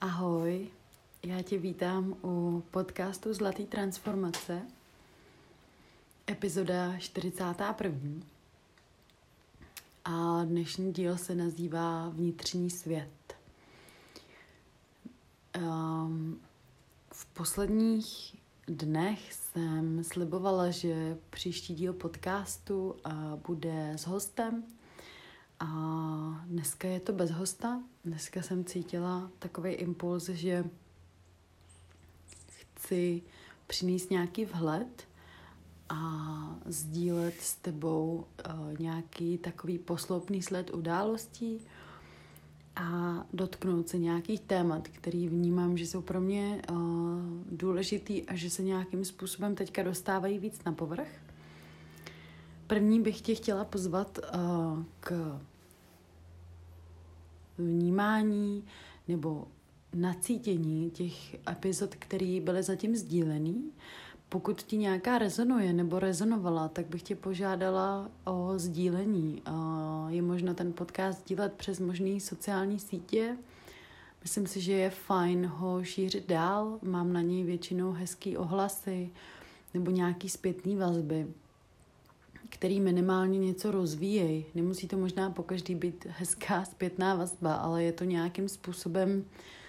Ahoj, já tě vítám u podcastu Zlatý transformace, epizoda 41. A dnešní díl se nazývá Vnitřní svět. V posledních dnech jsem slibovala, že příští díl podcastu bude s hostem. A dneska je to bez hosta. Dneska jsem cítila takový impuls, že chci přinést nějaký vhled a sdílet s tebou nějaký takový posloupný sled událostí a dotknout se nějakých témat, který vnímám, že jsou pro mě důležitý a že se nějakým způsobem teďka dostávají víc na povrch. První bych tě chtěla pozvat k vnímání nebo nacítění těch epizod, které byly zatím sdílený. Pokud ti nějaká rezonuje nebo rezonovala, tak bych tě požádala o sdílení. Je možno ten podcast sdílet přes možné sociální sítě. Myslím si, že je fajn ho šířit dál. Mám na něj většinou hezký ohlasy nebo nějaký zpětný vazby, který minimálně něco rozvíjejí. Nemusí to možná pokaždý být hezká zpětná vazba, ale je to nějakým způsobem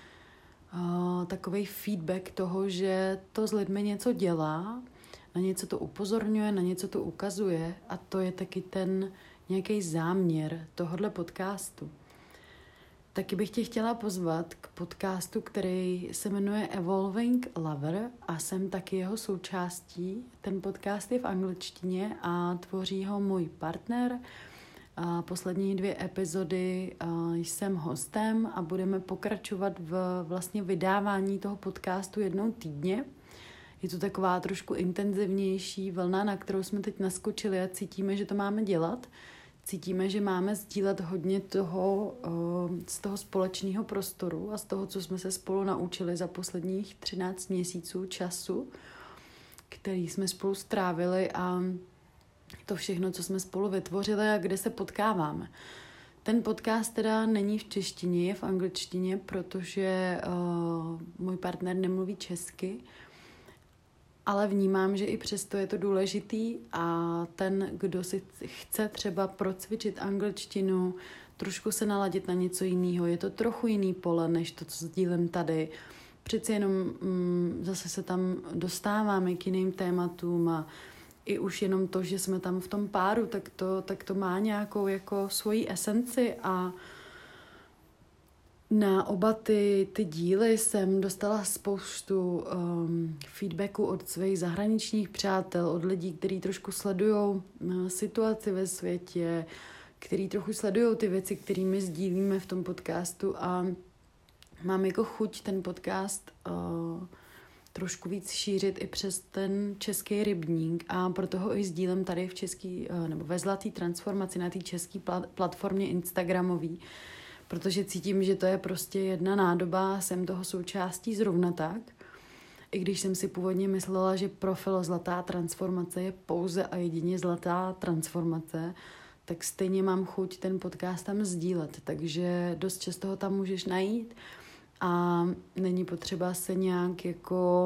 takovej feedback toho, že to s lidmi něco dělá, na něco to upozorňuje, na něco to ukazuje a to je taky ten nějaký záměr tohohle podcastu. Taky bych tě chtěla pozvat k podcastu, který se jmenuje Evolving Lover a jsem taky jeho součástí. Ten podcast je v angličtině a tvoří ho můj partner. Poslední 2 epizody jsem hostem a budeme pokračovat v vlastně vydávání toho podcastu jednou týdně. Je to taková trošku intenzivnější vlna, na kterou jsme teď naskočili a cítíme, že to máme dělat. Cítíme, že máme sdílet hodně toho z toho společného prostoru a z toho, co jsme se spolu naučili za posledních 13 měsíců času, který jsme spolu strávili a to všechno, co jsme spolu vytvořili a kde se potkáváme. Ten podcast teda není v češtině, je v angličtině, protože můj partner nemluví česky, ale vnímám, že i přesto je to důležitý a ten, kdo si chce třeba procvičit angličtinu, trošku se naladit na něco jiného, je to trochu jiný pole, než to, co sdílím tady. Přeci jenom zase se tam dostáváme k jiným tématům a i už jenom to, že jsme tam v tom páru, tak to má nějakou jako svoji esenci a na oba ty díly jsem dostala spoustu feedbacku od svých zahraničních přátel, od lidí, kteří trošku sledují situaci ve světě, kteří trochu sledují ty věci, kterými sdílíme v tom podcastu a mám jako chuť ten podcast trošku víc šířit i přes ten český rybník a proto ho i sdílím tady v český, nebo ve Zlatý transformaci na té české platformě Instagramový, protože cítím, že to je prostě jedna nádoba, jsem toho součástí zrovna tak. I když jsem si původně myslela, že profil Zlatá transformace je pouze a jedině Zlatá transformace, tak stejně mám chuť ten podcast tam sdílet, takže dost často ho tam můžeš najít a není potřeba se nějak jako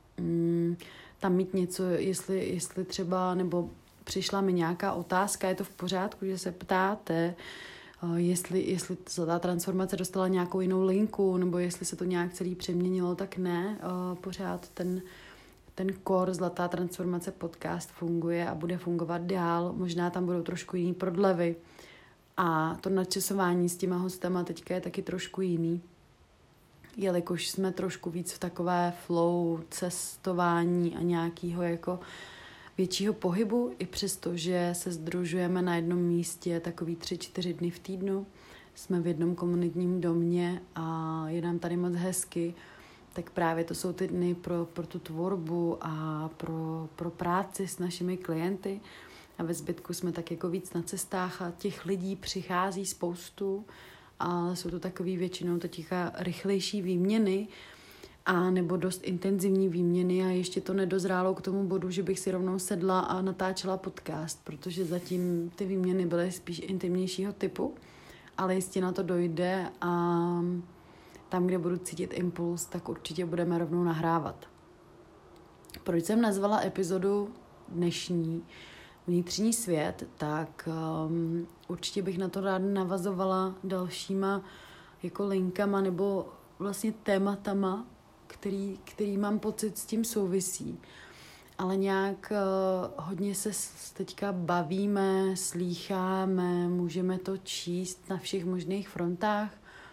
tam mít něco, jestli třeba, nebo přišla mi nějaká otázka, je to v pořádku, že se ptáte, jestli ta transformace dostala nějakou jinou linku, nebo jestli se to nějak celý přeměnilo, tak ne. Pořád ten core Zlatá transformace podcast funguje a bude fungovat dál. Možná tam budou trošku jiný prodlevy. A to nadčasování s těma hostama teďka je taky trošku jiný. Jelikož jsme trošku víc v takové flow cestování a nějakého jako většího pohybu, i přesto, že se sdružujeme na jednom místě takový 3-4 dny v týdnu. Jsme v jednom komunitním domě a je nám tady moc hezky, tak právě to jsou ty dny pro tu tvorbu a pro práci s našimi klienty. A ve zbytku jsme tak jako víc na cestách a těch lidí přichází spoustu, ale jsou to takový většinou teďka rychlejší výměny, a nebo dost intenzivní výměny a ještě to nedozrálo k tomu bodu, že bych si rovnou sedla a natáčela podcast, protože zatím ty výměny byly spíš intimnějšího typu, ale jistě na to dojde a tam, kde budu cítit impuls, tak určitě budeme rovnou nahrávat. Proč jsem nazvala epizodu dnešní Vnitřní svět, tak určitě bych na to ráda navazovala dalšíma jako linkama nebo vlastně tématama, který mám pocit s tím souvisí. Ale nějak hodně se teďka bavíme, slýcháme, můžeme to číst na všech možných frontách.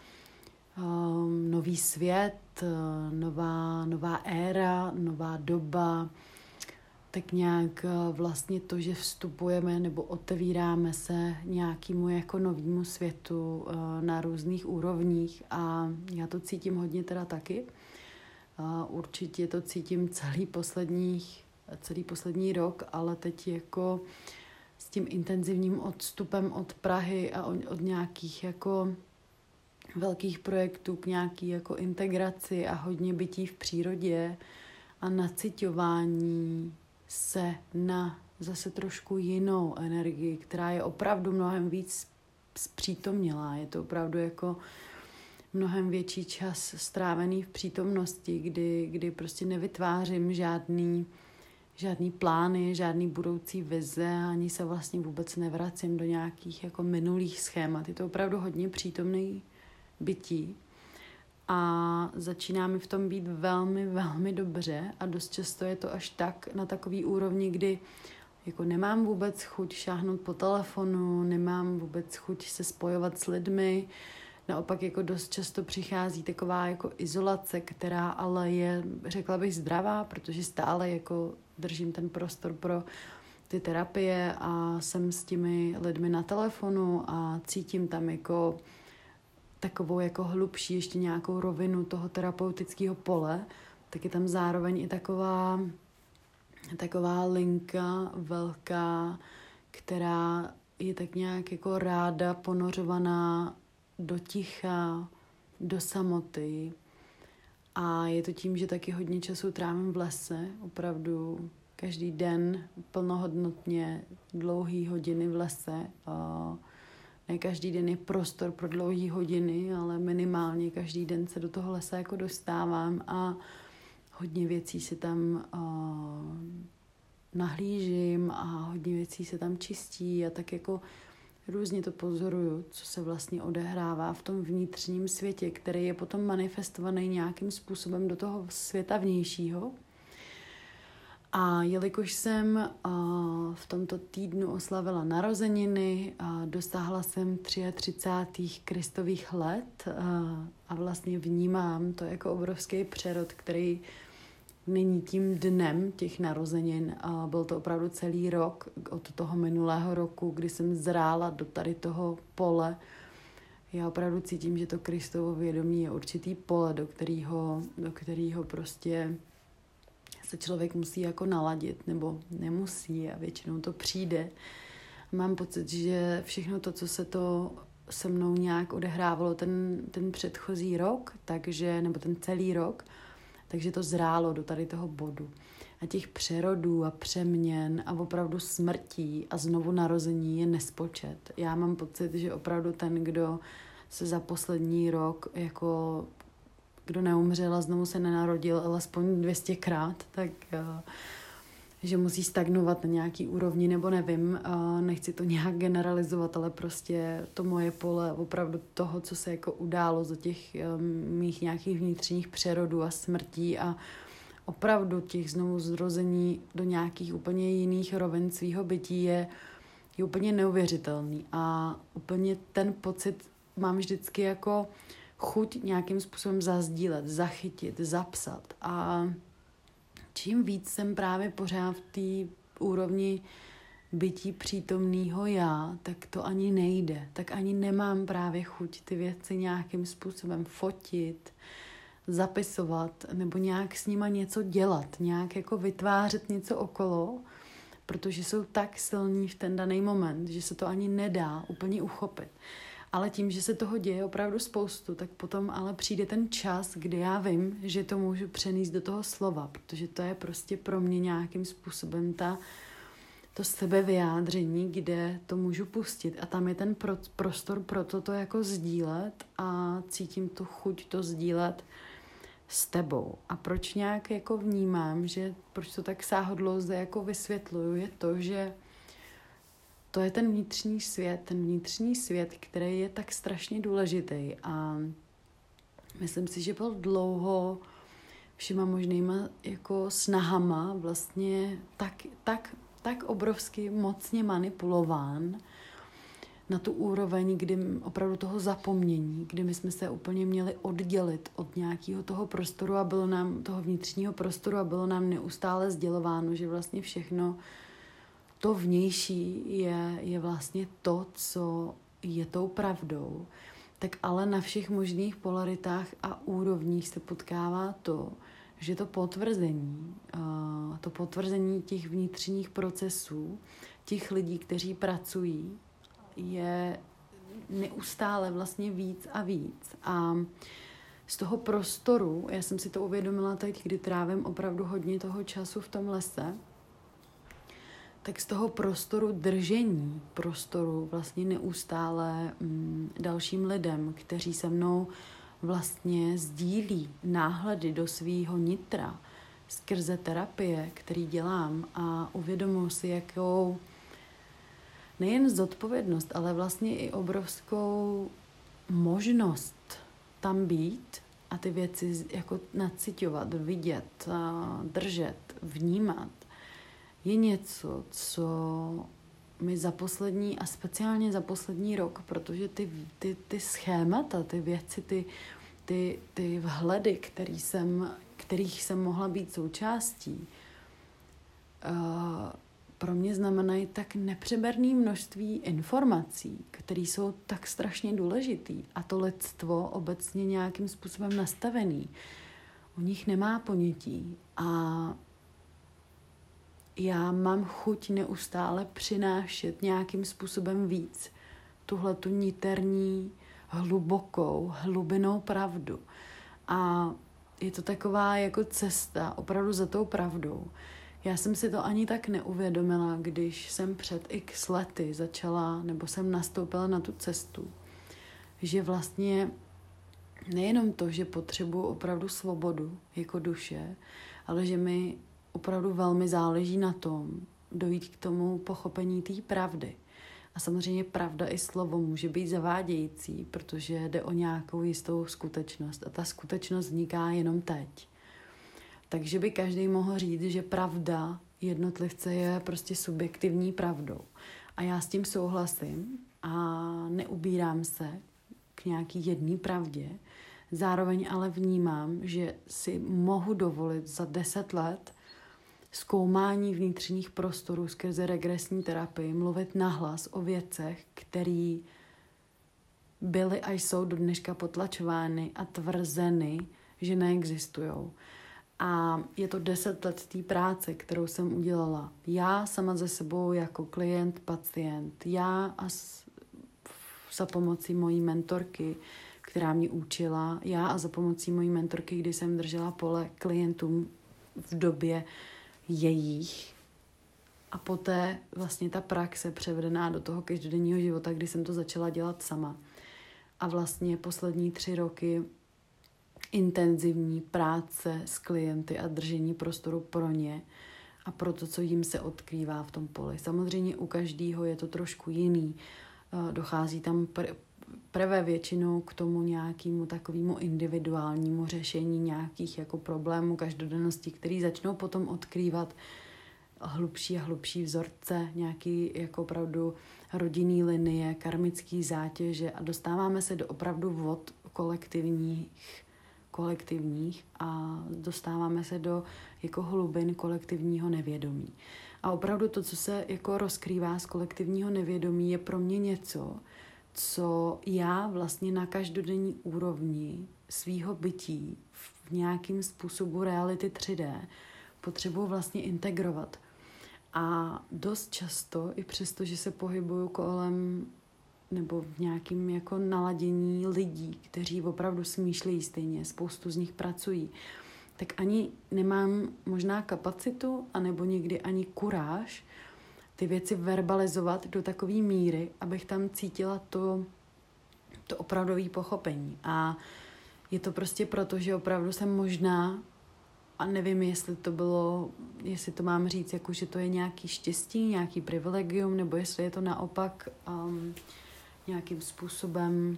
Nový svět, nová éra, nová doba, tak nějak vlastně to, že vstupujeme nebo otevíráme se nějakému jako novému světu na různých úrovních a já to cítím hodně teda taky. Určitě to cítím celý poslední rok, ale teď jako s tím intenzivním odstupem od Prahy a od nějakých jako velkých projektů k nějaký jako integraci a hodně bytí v přírodě a naciťování se na zase trošku jinou energii, která je opravdu mnohem víc zpřítomnělá. Je to opravdu jako mnohem větší čas strávený v přítomnosti, kdy prostě nevytvářím žádný plány, žádný budoucí vize, ani se vlastně vůbec nevracím do nějakých jako minulých schémat. Je to opravdu hodně přítomný bytí a začíná mi v tom být velmi, velmi dobře a dost často je to až tak na takový úrovni, kdy jako nemám vůbec chuť šáhnout po telefonu, nemám vůbec chuť se spojovat s lidmi, naopak jako dost často přichází taková jako izolace, která ale je, řekla bych, zdravá, protože stále jako držím ten prostor pro ty terapie a jsem s těmi lidmi na telefonu a cítím tam jako takovou jako hlubší ještě nějakou rovinu toho terapeutického pole, tak je tam zároveň i taková linka velká, která je tak nějak jako ráda ponořovaná do ticha, do samoty. A je to tím, že taky hodně času trávím v lese, opravdu každý den plnohodnotně dlouhý hodiny v lese. Ne každý den je prostor pro dlouhý hodiny, ale minimálně každý den se do toho lesa jako dostávám a hodně věcí si tam nahlížím a hodně věcí se tam čistí a tak jako různě to pozoruju, co se vlastně odehrává v tom vnitřním světě, který je potom manifestovaný nějakým způsobem do toho světa vnějšího. A jelikož jsem v tomto týdnu oslavila narozeniny, dosáhla jsem 33. Kristových let a vlastně vnímám to jako obrovský přerod, který není tím dnem těch narozenin. Byl to opravdu celý rok od toho minulého roku, kdy jsem zrála do tady toho pole. Já opravdu cítím, že to Kristovo vědomí je určitý pole, do kterého prostě se člověk musí jako naladit, nebo nemusí a většinou to přijde. Mám pocit, že všechno to, co se to se mnou nějak odehrávalo ten předchozí rok, nebo ten celý rok, takže to zrálo do tady toho bodu. A těch přerodů a přeměn a opravdu smrtí a znovu narození je nespočet. Já mám pocit, že opravdu ten, kdo se za poslední rok jako kdo neumřel a znovu se nenarodil alespoň 200krát, tak že musí stagnovat na nějaký úrovni, nebo nevím, nechci to nějak generalizovat, ale prostě to moje pole opravdu toho, co se jako událo za těch mých nějakých vnitřních přerodů a smrtí a opravdu těch znovu zrození do nějakých úplně jiných rovin svýho bytí je úplně neuvěřitelný a úplně ten pocit mám vždycky jako chuť nějakým způsobem zazdílet, zachytit, zapsat a čím víc jsem právě pořád v té úrovni bytí přítomného já, tak to ani nejde, tak ani nemám právě chuť ty věci nějakým způsobem fotit, zapisovat nebo nějak s nima něco dělat, nějak jako vytvářet něco okolo, protože jsou tak silní v ten daný moment, že se to ani nedá úplně uchopit. Ale tím, že se toho děje opravdu spoustu, tak potom ale přijde ten čas, kdy já vím, že to můžu přenést do toho slova, protože to je prostě pro mě nějakým způsobem ta to sebevyjádření, kde to můžu pustit a tam je ten prostor pro to jako sdílet a cítím tu chuť to sdílet s tebou. A proč nějak jako vnímám, že proč to tak sáhodlouze jako vysvětluju, je to, že to je ten vnitřní svět, který je tak strašně důležitý a myslím si, že byl dlouho všema možnýma jako snahama vlastně tak obrovsky mocně manipulován na tu úroveň, kdy opravdu toho zapomnění, kdy my jsme se úplně měli oddělit od nějakého toho prostoru a bylo nám toho vnitřního prostoru a bylo nám neustále sdělováno, že vlastně všechno to vnější je vlastně to, co je tou pravdou. Tak ale na všech možných polaritách a úrovních se potkává to, že to potvrzení těch vnitřních procesů, těch lidí, kteří pracují, je neustále vlastně víc a víc. A z toho prostoru, já jsem si to uvědomila teď, kdy trávím opravdu hodně toho času v tom lese, tak z toho prostoru vlastně neustále dalším lidem, kteří se mnou vlastně sdílí náhledy do svýho nitra skrze terapie, který dělám a uvědomuji si, jakou nejen zodpovědnost, ale vlastně i obrovskou možnost tam být a ty věci jako naciťovat, vidět, držet, vnímat, je něco, co mi za poslední a speciálně za poslední rok, protože ty schémata, ty věci, ty vhledy, kterých jsem mohla být součástí, pro mě znamenají tak nepřeberné množství informací, které jsou tak strašně důležitý a to lidstvo obecně nějakým způsobem nastavený. O nich nemá ponětí a já mám chuť neustále přinášet nějakým způsobem víc tuhletu niterní, hlubokou, hlubinnou pravdu. A je to taková jako cesta opravdu za tou pravdou. Já jsem si to ani tak neuvědomila, když jsem před x lety začala, nebo jsem nastoupila na tu cestu, že vlastně nejenom to, že potřebuji opravdu svobodu jako duše, ale že mi opravdu velmi záleží na tom dojít k tomu pochopení té pravdy. A samozřejmě pravda i slovo může být zavádějící, protože jde o nějakou jistou skutečnost a ta skutečnost vzniká jenom teď. Takže by každý mohl říct, že pravda jednotlivce je prostě subjektivní pravdou. A já s tím souhlasím a neubírám se k nějaký jedné pravdě. Zároveň ale vnímám, že si mohu dovolit za 10 let zkoumání vnitřních prostorů skrze regresní terapii mluvit nahlas o věcech, které byly a jsou do dneška potlačovány a tvrzeny, že neexistujou. A je to 10 let té práce, kterou jsem udělala. Já sama ze sebou jako klient, pacient. Já za pomocí mojí mentorky, která mě učila. Já a za pomocí mojí mentorky, kdy jsem držela pole klientům v době jejich. A poté vlastně ta praxe převedená do toho každodenního života, kdy jsem to začala dělat sama. A vlastně poslední 3 roky intenzivní práce s klienty a držení prostoru pro ně a pro to, co jim se odkrývá v tom poli. Samozřejmě u každého je to trošku jiný. Dochází tam prvé většinou k tomu nějakému takovému individuálnímu řešení nějakých jako problémů každodennosti, který začnou potom odkrývat hlubší a hlubší vzorce, nějaký jako opravdu rodinný linie, karmický zátěže a dostáváme se do opravdu vod kolektivních a dostáváme se do jako hlubin kolektivního nevědomí. A opravdu to, co se jako rozkrývá z kolektivního nevědomí, je pro mě něco, co já vlastně na každodenní úrovni svýho bytí v nějakým způsobu reality 3D potřebuji vlastně integrovat. A dost často, i přesto, že se pohybuju kolem nebo v nějakém jako naladění lidí, kteří opravdu smýšlejí stejně, spoustu z nich pracují, tak ani nemám možná kapacitu, anebo někdy ani kuráž ty věci verbalizovat do takové míry, abych tam cítila to opravdové pochopení. A je to prostě proto, že opravdu jsem možná, a nevím, jestli to mám říct, jako že to je nějaký štěstí, nějaký privilegium, nebo jestli je to naopak nějakým způsobem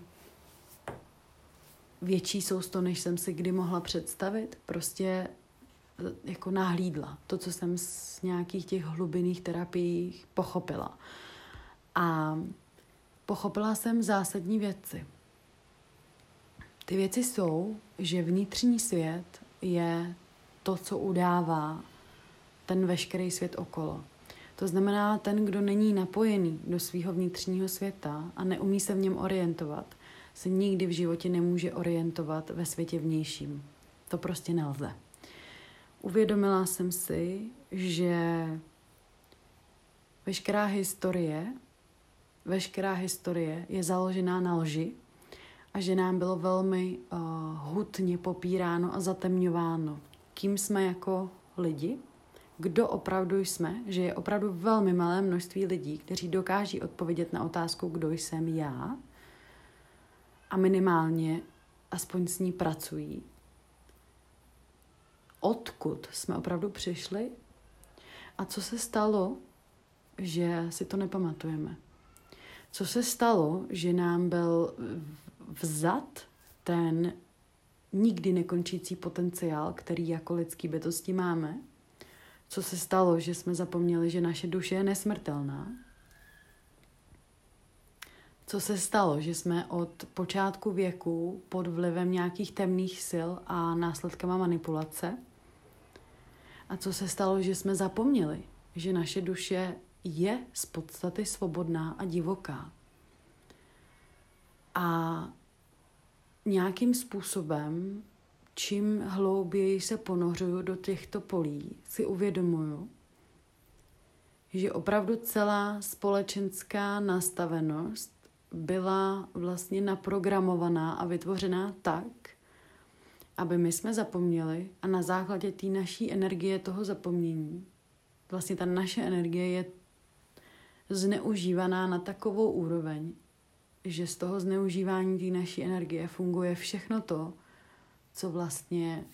větší sousto, než jsem si kdy mohla představit. Prostě jako nahlídla to, co jsem z nějakých těch hlubinných terapií pochopila. A pochopila jsem zásadní věci. Ty věci jsou, že vnitřní svět je to, co udává ten veškerý svět okolo. To znamená, ten, kdo není napojený do svého vnitřního světa a neumí se v něm orientovat, se nikdy v životě nemůže orientovat ve světě vnějším. To prostě nelze. Uvědomila jsem si, že veškerá historie je založená na lži a že nám bylo velmi hutně popíráno a zatemňováno, kým jsme jako lidi, kdo opravdu jsme, že je opravdu velmi malé množství lidí, kteří dokáží odpovědět na otázku, kdo jsem já, a minimálně aspoň s ní pracují. Odkud jsme opravdu přišli a co se stalo, že si to nepamatujeme. Co se stalo, že nám byl vzat ten nikdy nekončící potenciál, který jako lidský bytosti máme. Co se stalo, že jsme zapomněli, že naše duše je nesmrtelná. Co se stalo, že jsme od počátku věku pod vlivem nějakých temných sil a následkama manipulace. A co se stalo, že jsme zapomněli, že naše duše je z podstaty svobodná a divoká. A nějakým způsobem, čím hlouběji se ponořuju do těchto polí, si uvědomuju, že opravdu celá společenská nastavenost byla vlastně naprogramovaná a vytvořená tak, aby my jsme zapomněli a na základě té naší energie toho zapomnění, vlastně ta naše energie je zneužívaná na takovou úroveň, že z toho zneužívání té naší energie funguje všechno to, co vlastně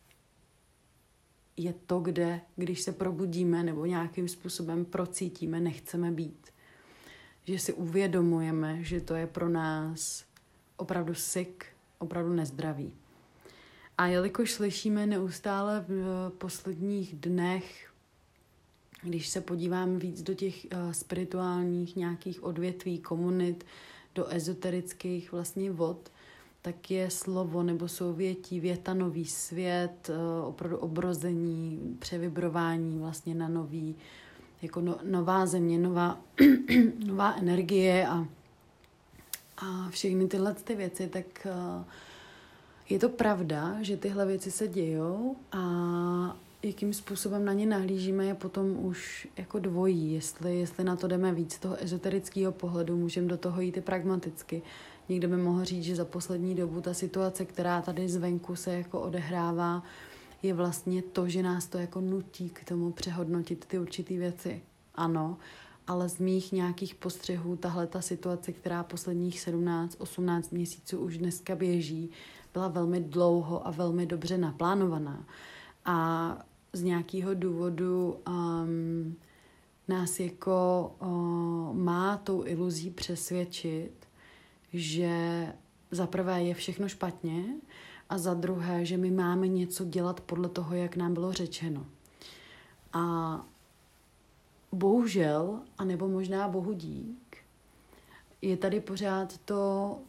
je to, kde, když se probudíme nebo nějakým způsobem procítíme, nechceme být. Že si uvědomujeme, že to je pro nás opravdu sick, opravdu nezdravý. A jelikož slyšíme neustále v posledních dnech, když se podívám víc do těch spirituálních nějakých odvětví, komunit, do ezoterických vlastně vod, tak je slovo nebo souvětí, věta nový svět, opravdu obrození, převibrování vlastně na nový, jako nová země, nová energie a všechny tyhle ty věci, tak je to pravda, že tyhle věci se dějou a jakým způsobem na ně nahlížíme je potom už jako dvojí. Jestli na to jdeme víc z toho ezoterického pohledu, můžeme do toho jít i pragmaticky. Někdo by mohl říct, že za poslední dobu ta situace, která tady zvenku se jako odehrává, je vlastně to, že nás to jako nutí k tomu přehodnotit ty určitý věci. Ano, ale z mých nějakých postřehů tahle ta situace, která posledních 17-18 měsíců už dneska běží, byla velmi dlouho a velmi dobře naplánovaná. A z nějakého důvodu nás jako má tou iluzí přesvědčit, že za prvé je všechno špatně a za druhé, že my máme něco dělat podle toho, jak nám bylo řečeno. A bohužel, anebo možná bohu dík, je tady pořád to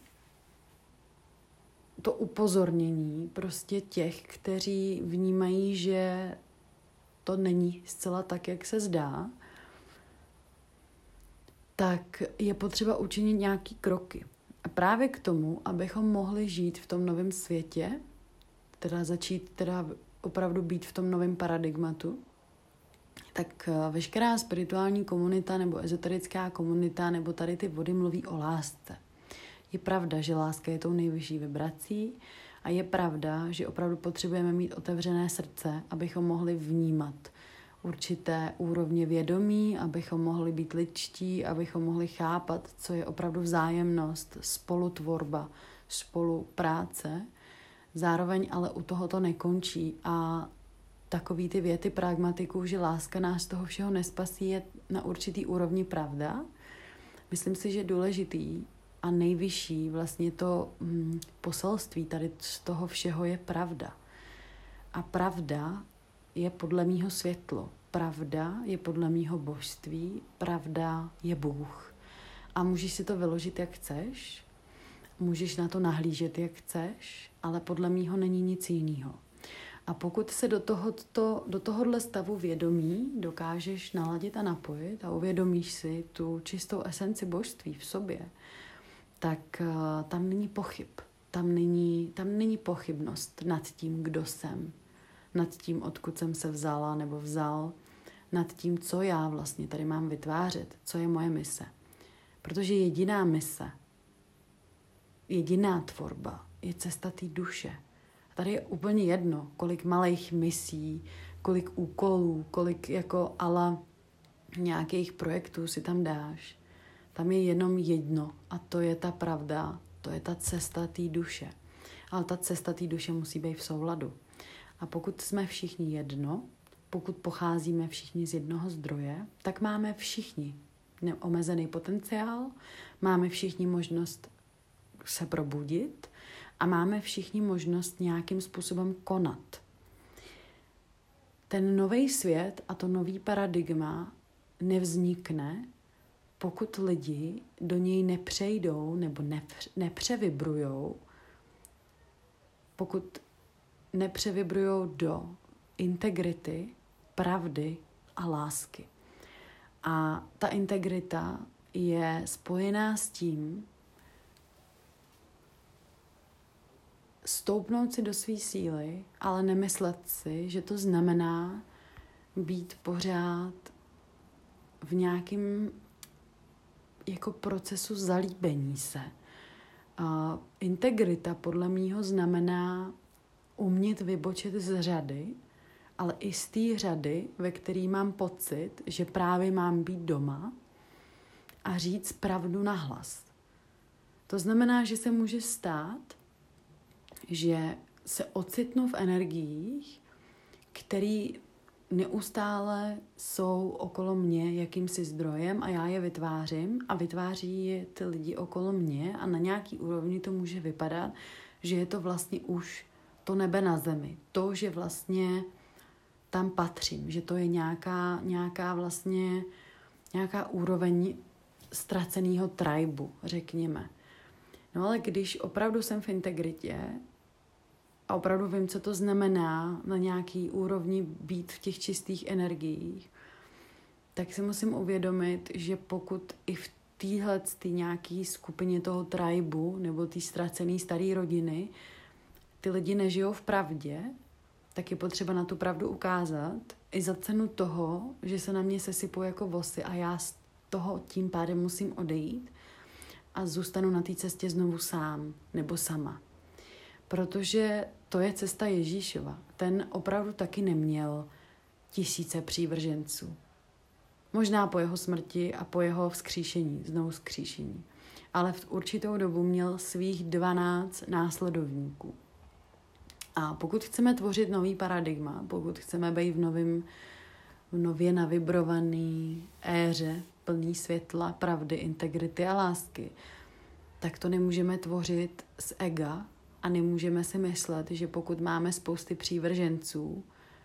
upozornění prostě těch, kteří vnímají, že to není zcela tak, jak se zdá, tak je potřeba učinit nějaký kroky. A právě k tomu, abychom mohli žít v tom novém světě, začít opravdu být v tom novém paradigmatu, tak veškerá spirituální komunita nebo ezoterická komunita nebo tady ty vody mluví o lásce. Je pravda, že láska je tou nejvyšší vibrací a je pravda, že opravdu potřebujeme mít otevřené srdce, abychom mohli vnímat určité úrovně vědomí, abychom mohli být lidští, abychom mohli chápat, co je opravdu vzájemnost, spolutvorba, spolupráce. Zároveň ale u toho to nekončí a takový ty věty pragmatiků, že láska nás toho všeho nespasí, je na určitý úrovni pravda. Myslím si, že důležitý a nejvyšší vlastně to poselství tady z toho všeho je pravda. A pravda je podle mýho světlo. Pravda je podle mýho božství. Pravda je Bůh. A můžeš si to vyložit, jak chceš. Můžeš na to nahlížet, jak chceš, ale podle mýho není nic jiného. A pokud se do tohohle stavu vědomí dokážeš naladit a napojit a uvědomíš si tu čistou esenci božství v sobě, tak tam není pochyb. Tam není pochybnost nad tím, kdo jsem, nad tím, odkud jsem se vzala nebo vzal, nad tím, co já vlastně tady mám vytvářet, co je moje mise. Protože jediná mise, jediná tvorba je cesta té duše. A tady je úplně jedno, kolik malých misí, kolik úkolů, kolik jako ala nějakých projektů si tam dáš. Tam je jenom jedno a to je ta pravda, to je ta cesta té duše. Ale ta cesta té duše musí být v souladu. A pokud jsme všichni jedno, pokud pocházíme všichni z jednoho zdroje, tak máme všichni neomezený potenciál, máme všichni možnost se probudit a máme všichni možnost nějakým způsobem konat. Ten nový svět a to nový paradigma nevznikne, pokud lidi do něj nepřejdou nebo nepřevibrujou, pokud nepřevibrujou do integrity, pravdy a lásky. A ta integrita je spojená s tím, stoupnout si do své síly, ale nemyslet si, že to znamená být pořád v nějakém jako procesu zalíbení se. A integrita podle mýho znamená umět vybočit z řady, ale i z té řady, ve které mám pocit, že právě mám být doma a říct pravdu nahlas. To znamená, že se může stát, že se ocitnu v energiích, které neustále jsou okolo mě jakýmsi zdrojem a já je vytvářím a vytváří je ty lidi okolo mě a na nějaký úrovni to může vypadat, že je to vlastně už to nebe na zemi. To, že vlastně tam patřím, že to je nějaká úroveň ztraceného tribu, řekněme. No ale když opravdu jsem v integritě a opravdu vím, co to znamená na nějaký úrovni být v těch čistých energiích, tak si musím uvědomit, že pokud i v téhletý nějaký skupině toho tribu nebo té ztracené staré rodiny ty lidi nežijou v pravdě, tak je potřeba na tu pravdu ukázat i za cenu toho, že se na mě sesypou jako vosy a já z toho tím pádem musím odejít a zůstanu na té cestě znovu sám nebo sama. Protože to je cesta Ježíšova. Ten opravdu taky neměl tisíce přívrženců. Možná po jeho smrti a po jeho znovu vzkříšení. Ale v určitou dobu měl svých 12 následovníků. A pokud chceme tvořit nový paradigma, pokud chceme být v nově navibrovaný éře, plný světla, pravdy, integrity a lásky, tak to nemůžeme tvořit z ega a nemůžeme si myslet, že pokud máme spousty přívrženců,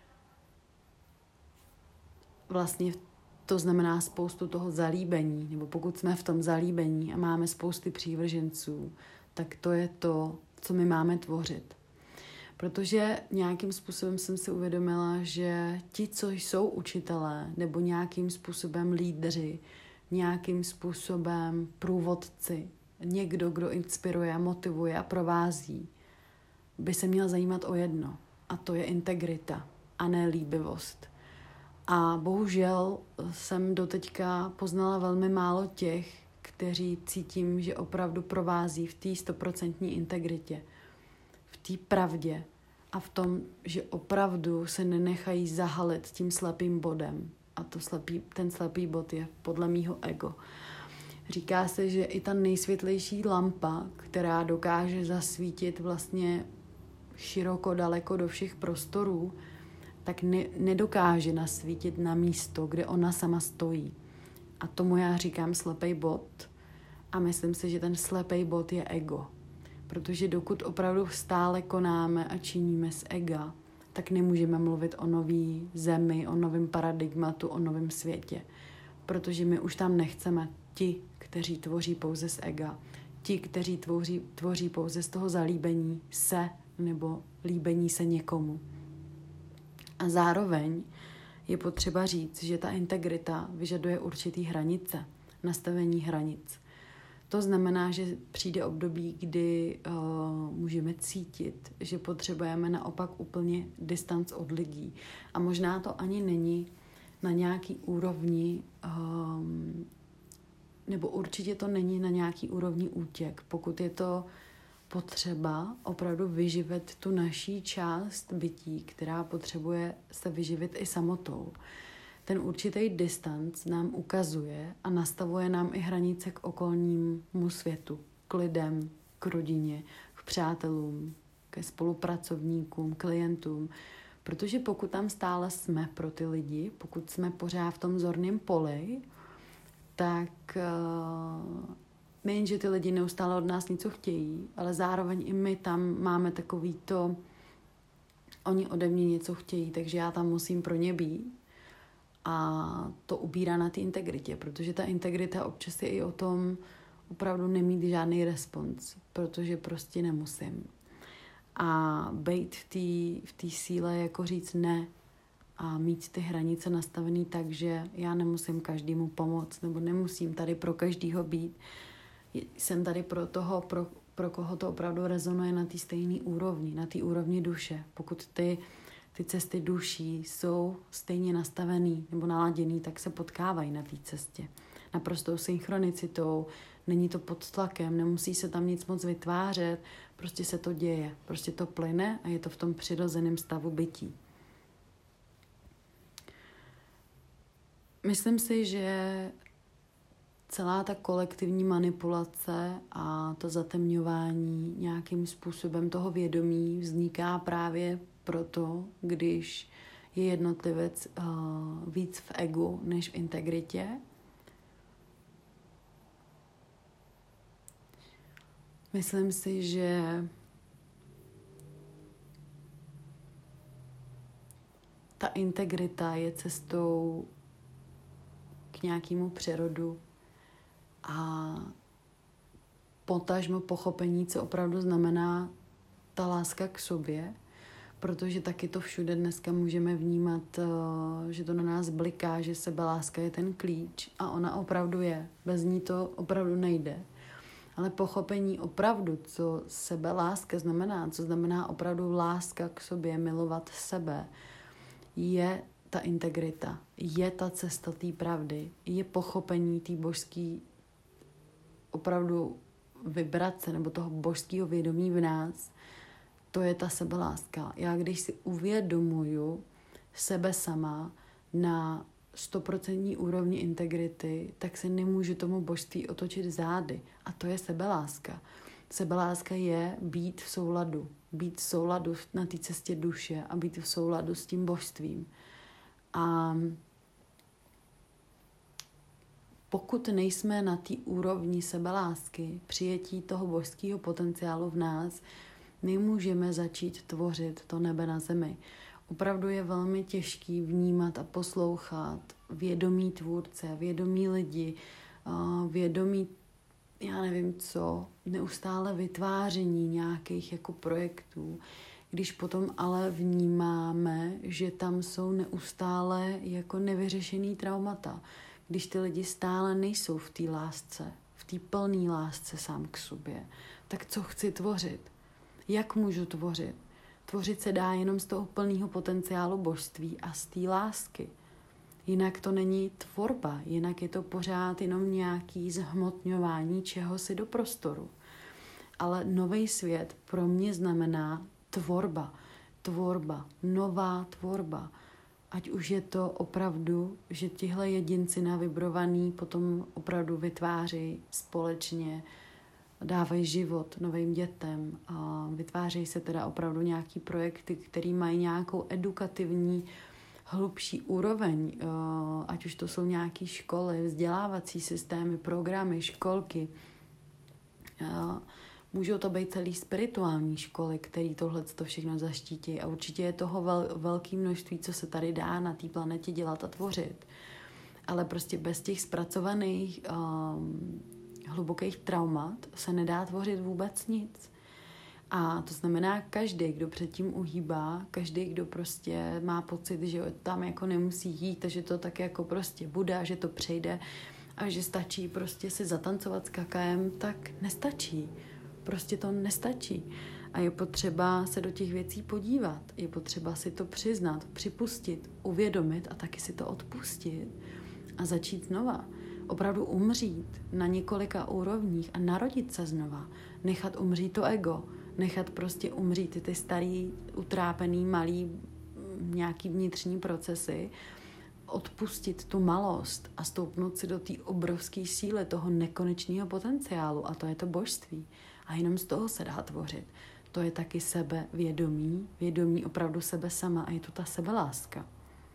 vlastně to znamená spoustu toho zalíbení, nebo pokud jsme v tom zalíbení a máme spousty přívrženců, tak to je to, co my máme tvořit. Protože nějakým způsobem jsem si uvědomila, že ti, co jsou učitelé, nebo nějakým způsobem lídři, nějakým způsobem průvodci, někdo, kdo inspiruje, motivuje a provází, by se měl zajímat o jedno. A to je integrita a ne líbivost. A bohužel jsem doteďka poznala velmi málo těch, kteří cítím, že opravdu provází v té 100% integritě, v té pravdě a v tom, že opravdu se nenechají zahalit tím slepým bodem. A ten slepý bod je podle mýho ego. Říká se, že i ta nejsvětlejší lampa, která dokáže zasvítit vlastně široko, daleko do všech prostorů, tak nedokáže nasvítit na místo, kde ona sama stojí. A tomu já říkám slepej bod. A myslím si, že ten slepej bod je ego. Protože dokud opravdu stále konáme a činíme z ega, tak nemůžeme mluvit o nový zemi, o novém paradigmatu, o novém světě. Protože my už tam nechceme ti, kteří tvoří pouze z ega. Ti, kteří tvoří pouze z toho zalíbení se nebo líbení se někomu. A zároveň je potřeba říct, že ta integrita vyžaduje určitý hranice, nastavení hranic. To znamená, že přijde období, kdy můžeme cítit, že potřebujeme naopak úplně distanc od lidí. A možná to ani není na nějaký úrovni, nebo určitě to není na nějaký úrovni útěk. Pokud je to potřeba opravdu vyživit tu naší část bytí, která potřebuje se vyživit i samotou. Ten určitý distanc nám ukazuje a nastavuje nám i hranice k okolnímu světu, k lidem, k rodině, k přátelům, ke spolupracovníkům, klientům. Protože pokud tam stále jsme pro ty lidi, pokud jsme pořád v tom zorném poli, tak nejen, že ty lidi neustále od nás něco chtějí, ale zároveň i my tam máme takový to, oni ode mě něco chtějí, takže já tam musím pro ně být. A to ubírá na té integritě, protože ta integrita občas je i o tom opravdu nemít žádný respons, protože prostě nemusím. A být v té síle jako říct ne a mít ty hranice nastavený tak, že já nemusím každému pomoct nebo nemusím tady pro každýho být. Jsem tady pro koho to opravdu rezonuje na té stejné úrovni, na té úrovni duše. Pokud ty cesty duší jsou stejně nastavený nebo naladěný, tak se potkávají na té cestě. Naprostou synchronicitou, není to pod tlakem, nemusí se tam nic moc vytvářet, prostě se to děje, prostě to plyne a je to v tom přirozeném stavu bytí. Myslím si, že celá ta kolektivní manipulace a to zatemňování nějakým způsobem toho vědomí vzniká právě proto, když je jednotlivec víc v egu než v integritě. Myslím si, že ta integrita je cestou k nějakému přerodu a potažmo pochopení, co opravdu znamená ta láska k sobě, protože taky to všude dneska můžeme vnímat, že to na nás bliká, že sebeláska je ten klíč a ona opravdu je. Bez ní to opravdu nejde. Ale pochopení opravdu, co sebeláska znamená, co znamená opravdu láska k sobě, milovat sebe, je ta integrita, je ta cesta té pravdy, je pochopení té božské opravdu vibrace nebo toho božského vědomí v nás, to je ta sebeláska. Já když si uvědomuju sebe sama na 100% úrovni integrity, tak se nemůžu tomu božství otočit zády. A to je sebeláska. Sebeláska je být v souladu. Být v souladu na té cestě duše a být v souladu s tím božstvím. A pokud nejsme na té úrovni sebelásky, přijetí toho božského potenciálu v nás, nemůžeme začít tvořit to nebe na zemi. Opravdu je velmi těžký vnímat a poslouchat vědomí tvůrce, vědomí lidi, vědomí, já nevím co, neustále vytváření nějakých jako projektů, když potom ale vnímáme, že tam jsou neustále jako nevyřešený traumata, když ty lidi stále nejsou v té lásce, v té plné lásce sám k sobě, tak co chci tvořit? Jak můžu tvořit? Tvořit se dá jenom z toho plného potenciálu božství a z té lásky. Jinak to není tvorba, jinak je to pořád jenom nějaký zhmotňování čehosi do prostoru. Ale nový svět pro mě znamená tvorba. tvorba, nová tvorba. Ať už je to opravdu, že tihle jedinci navibrovaný potom opravdu vytváří společně, dávají život novým dětem a vytvářejí se teda opravdu nějaký projekty, které mají nějakou edukativní, hlubší úroveň, ať už to jsou nějaké školy, vzdělávací systémy, programy, školky. Můžou to být celý spirituální školy, které tohleto všechno zaštítí a určitě je toho velké množství, co se tady dá na té planetě dělat a tvořit. Ale prostě bez těch zpracovaných hlubokých traumat se nedá tvořit vůbec nic. A to znamená, každý, kdo předtím uhýbá, každý, kdo prostě má pocit, že tam jako nemusí jít a že to tak jako prostě bude a že to přejde a že stačí prostě si zatancovat s kakaem, tak nestačí. Prostě to nestačí. A je potřeba se do těch věcí podívat. Je potřeba si to přiznat, připustit, uvědomit a taky si to odpustit. A začít znova. Opravdu umřít na několika úrovních a narodit se znova. Nechat umřít to ego. Nechat prostě umřít ty starý, utrápený, malý nějaký vnitřní procesy. Odpustit tu malost a stoupnout si do té obrovské síly toho nekonečného potenciálu. A to je to božství. A jenom z toho se dá tvořit. To je taky sebevědomí, vědomí opravdu sebe sama a je to ta sebeláska.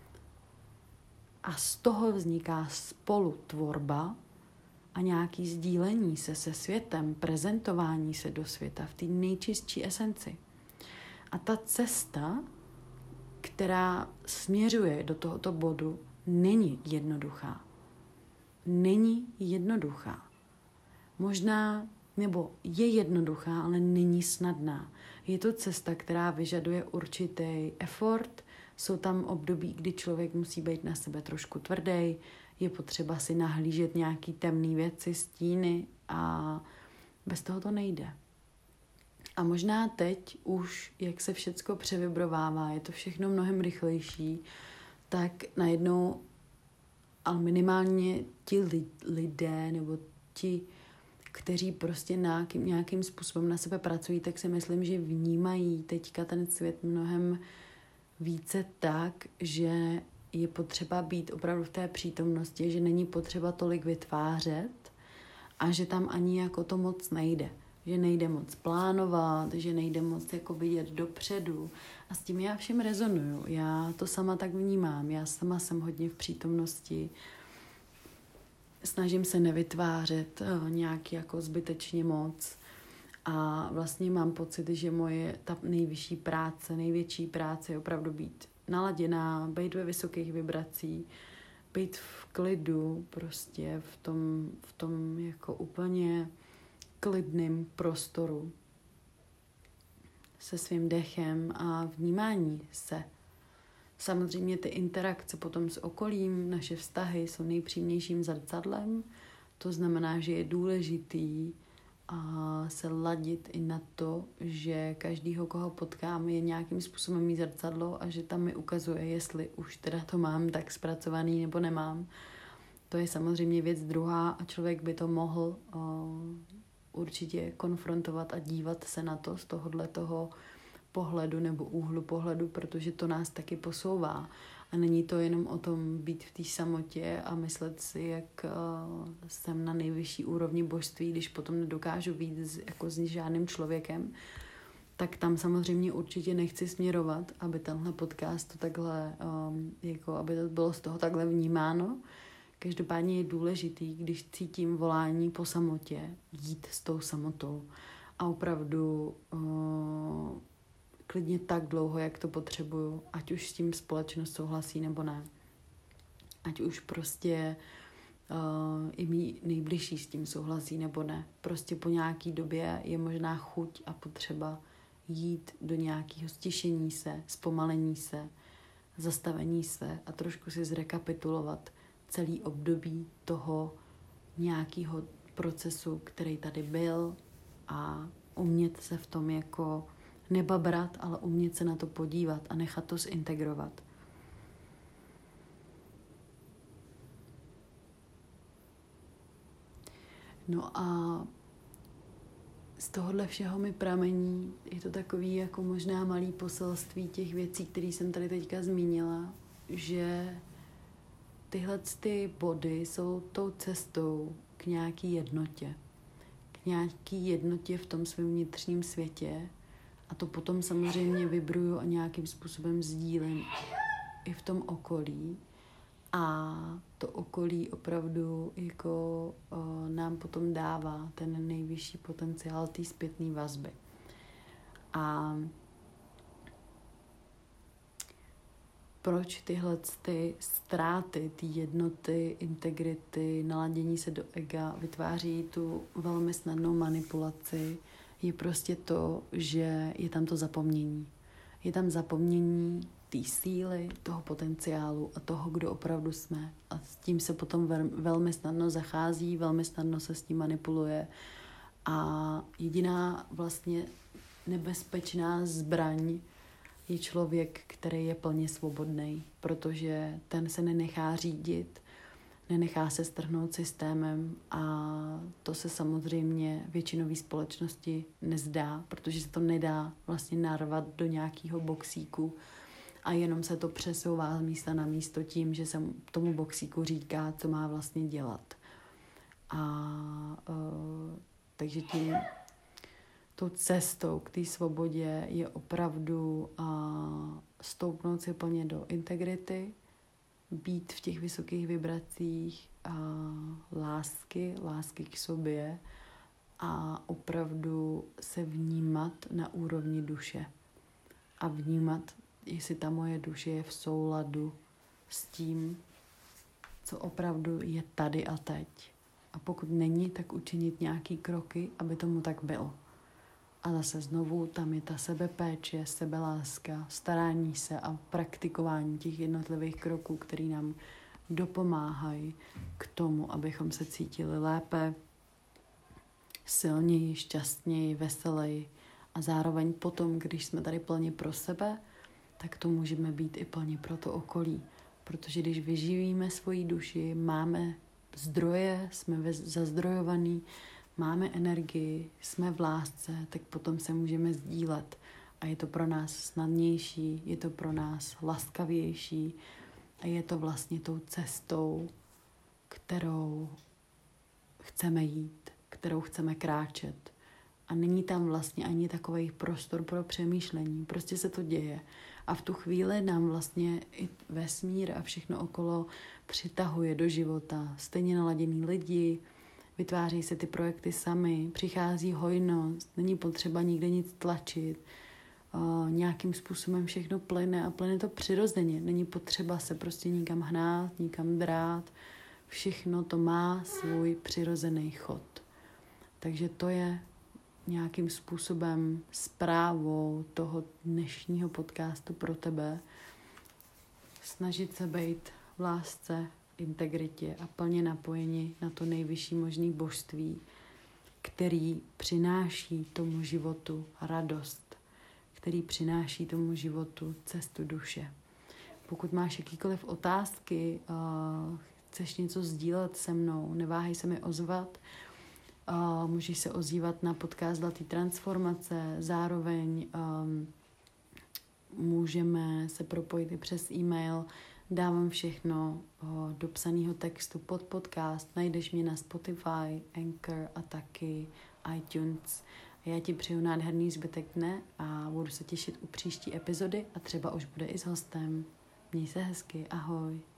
A z toho vzniká spolutvorba a nějaký sdílení se světem, prezentování se do světa v té nejčistší esenci. A ta cesta, která směřuje do tohoto bodu, není jednoduchá. Není jednoduchá. Možná, nebo je jednoduchá, ale není snadná. Je to cesta, která vyžaduje určitý effort. Jsou tam období, kdy člověk musí být na sebe trošku tvrdý, je potřeba si nahlížet nějaký temné věci, stíny a bez toho to nejde. A možná teď už, jak se všecko převibrovává, je to všechno mnohem rychlejší, tak najednou, ale minimálně ti lidé nebo ti, kteří prostě nějakým způsobem na sebe pracují, tak si myslím, že vnímají teďka ten svět mnohem více tak, že je potřeba být opravdu v té přítomnosti, že není potřeba tolik vytvářet a že tam ani jako to moc nejde. Že nejde moc plánovat, že nejde moc jako vidět dopředu. A s tím já všem rezonuju. Já to sama tak vnímám. Já sama jsem hodně v přítomnosti. Snažím se nevytvářet nějak jako zbytečně moc. A vlastně mám pocit, že moje ta nejvyšší práce, největší práce je opravdu být naladěná, být ve vysokých vibracích, být v klidu, prostě v tom jako úplně klidným prostoru se svým dechem a vnímání se. Samozřejmě ty interakce potom s okolím, naše vztahy jsou nejpřímnějším zrcadlem, to znamená, že je důležitý a se ladit i na to, že každýho, koho potkám, je nějakým způsobem mít zrcadlo a že tam mi ukazuje, jestli už teda to mám tak zpracovaný nebo nemám. To je samozřejmě věc druhá a člověk by to mohl určitě konfrontovat a dívat se na to z tohoto pohledu nebo úhlu pohledu, protože to nás taky posouvá. A není to jenom o tom být v té samotě a myslet si, jak jsem na nejvyšší úrovni božství, když potom nedokážu být jako s žádným člověkem, tak tam samozřejmě určitě nechci směrovat, aby tenhle podcast to takhle, jako aby to bylo z toho takhle vnímáno. Každopádně je důležitý, když cítím volání po samotě, jít s tou samotou a opravdu klidně tak dlouho, jak to potřebuju, ať už s tím společnost souhlasí nebo ne. Ať už prostě i mý nejbližší s tím souhlasí nebo ne. Prostě po nějaký době je možná chuť a potřeba jít do nějakého stišení se, zpomalení se, zastavení se a trošku si zrekapitulovat celý období toho nějakého procesu, který tady byl a umět se v tom jako nebabrat, ale umět se na to podívat a nechat to zintegrovat. No a z tohohle všeho mi pramení, je to takový jako možná malý poselství těch věcí, které jsem tady teďka zmínila, že tyhle ty body jsou tou cestou k nějaký jednotě. K nějaký jednotě v tom svém vnitřním světě a to potom samozřejmě vybruju a nějakým způsobem sdílím i v tom okolí. A to okolí opravdu jako nám potom dává ten nejvyšší potenciál té zpětné vazby. A proč tyhle ty ztráty, ty jednoty, integrity, naladění se do ega vytváří tu velmi snadnou manipulaci, je prostě to, že je tam to zapomnění. Je tam zapomnění té síly, toho potenciálu a toho, kdo opravdu jsme. A s tím se potom velmi snadno zachází, velmi snadno se s tím manipuluje. A jediná vlastně nebezpečná zbraň je člověk, který je plně svobodný, protože ten se nenechá řídit, nenechá se strhnout systémem a to se samozřejmě většinové společnosti nezdá, protože se to nedá vlastně narvat do nějakého boxíku a jenom se to přesouvá z místa na místo tím, že se tomu boxíku říká, co má vlastně dělat. Takže tím tou cestou k té svobodě je opravdu stoupnout si plně do integrity, být v těch vysokých vibracích lásky k sobě a opravdu se vnímat na úrovni duše. A vnímat, jestli ta moje duše je v souladu s tím, co opravdu je tady a teď. A pokud není, tak učinit nějaký kroky, aby tomu tak bylo. A zase znovu tam je ta sebepéče, sebeláska, starání se a praktikování těch jednotlivých kroků, které nám dopomáhají k tomu, abychom se cítili lépe, silněji, šťastněji, veseleji. A zároveň potom, když jsme tady plně pro sebe, tak to můžeme být i plně pro to okolí. Protože když vyživíme svoji duši, máme zdroje, jsme zazdrojovaní, máme energii, jsme v lásce, tak potom se můžeme sdílet. A je to pro nás snadnější, je to pro nás laskavější a je to vlastně tou cestou, kterou chceme jít, kterou chceme kráčet. A není tam vlastně ani takový prostor pro přemýšlení. Prostě se to děje. A v tu chvíli nám vlastně i vesmír a všechno okolo přitahuje do života. Stejně naladěný lidi, vytváří se ty projekty sami, přichází hojnost, není potřeba nikde nic tlačit. Nějakým způsobem všechno plyne a plyne to přirozeně. Není potřeba se prostě nikam hnát, nikam drát. Všechno to má svůj přirozený chod. Takže to je nějakým způsobem zprávou toho dnešního podcastu pro tebe. Snažit se být v lásce, integritě a plně napojeni na to nejvyšší možné božství, který přináší tomu životu radost, který přináší tomu životu cestu duše. Pokud máš jakýkoliv otázky, chceš něco sdílet se mnou, neváhej se mi ozvat. Můžeš se ozývat na podcast Zlatý transformace, zároveň můžeme se propojit i přes e-mail. Dávám všechno do psaného textu pod podcast. Najdeš mě na Spotify, Anchor a taky iTunes. Já ti přeju nádherný zbytek dne a budu se těšit u příští epizody a třeba už bude i s hostem. Měj se hezky, ahoj.